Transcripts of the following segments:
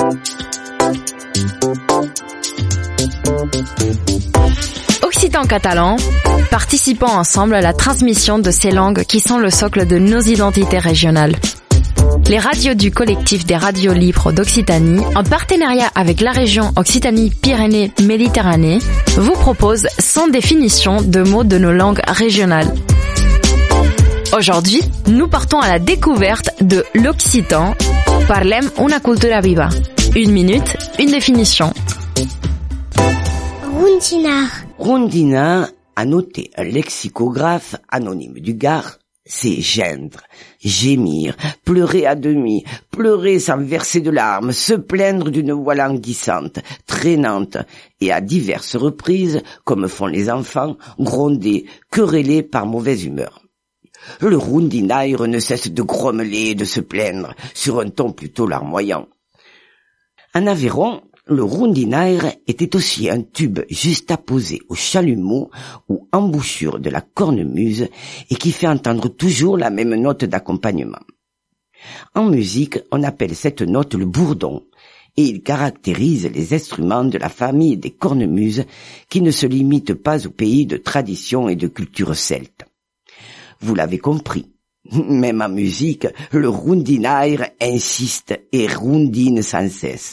Occitan catalan, participons ensemble à la transmission de ces langues qui sont le socle de nos identités régionales. Les radios du collectif des radios libres d'Occitanie, en partenariat avec la région Occitanie-Pyrénées-Méditerranée, vous proposent 100 définitions de mots de nos langues régionales. Aujourd'hui, nous partons à la découverte de l'occitan. Parlem una cultura viva. 1 minute, une définition. Rondinard. Rondinard, a noté un lexicographe anonyme du Gard, c'est geindre, gémir, pleurer à demi, pleurer sans verser de larmes, se plaindre d'une voix languissante, traînante, et à diverses reprises, comme font les enfants, gronder, quereller par mauvaise humeur. Le rondinaire ne cesse de grommeler et de se plaindre, sur un ton plutôt larmoyant. En Aveyron, le rondinaire était aussi un tube juste apposé au chalumeau ou embouchure de la cornemuse et qui fait entendre toujours la même note d'accompagnement. En musique, on appelle cette note le bourdon et il caractérise les instruments de la famille des cornemuses qui ne se limitent pas au pays de tradition et de culture celte. Vous l'avez compris, même en musique, le rondinaire insiste et rondine sans cesse.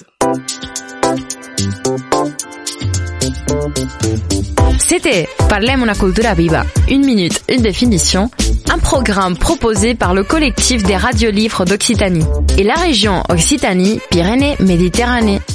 C'était Parlem una cultura viva. 1 minute, une définition. Un programme proposé par le collectif des radios libres d'Occitanie et la région Occitanie-Pyrénées-Méditerranée.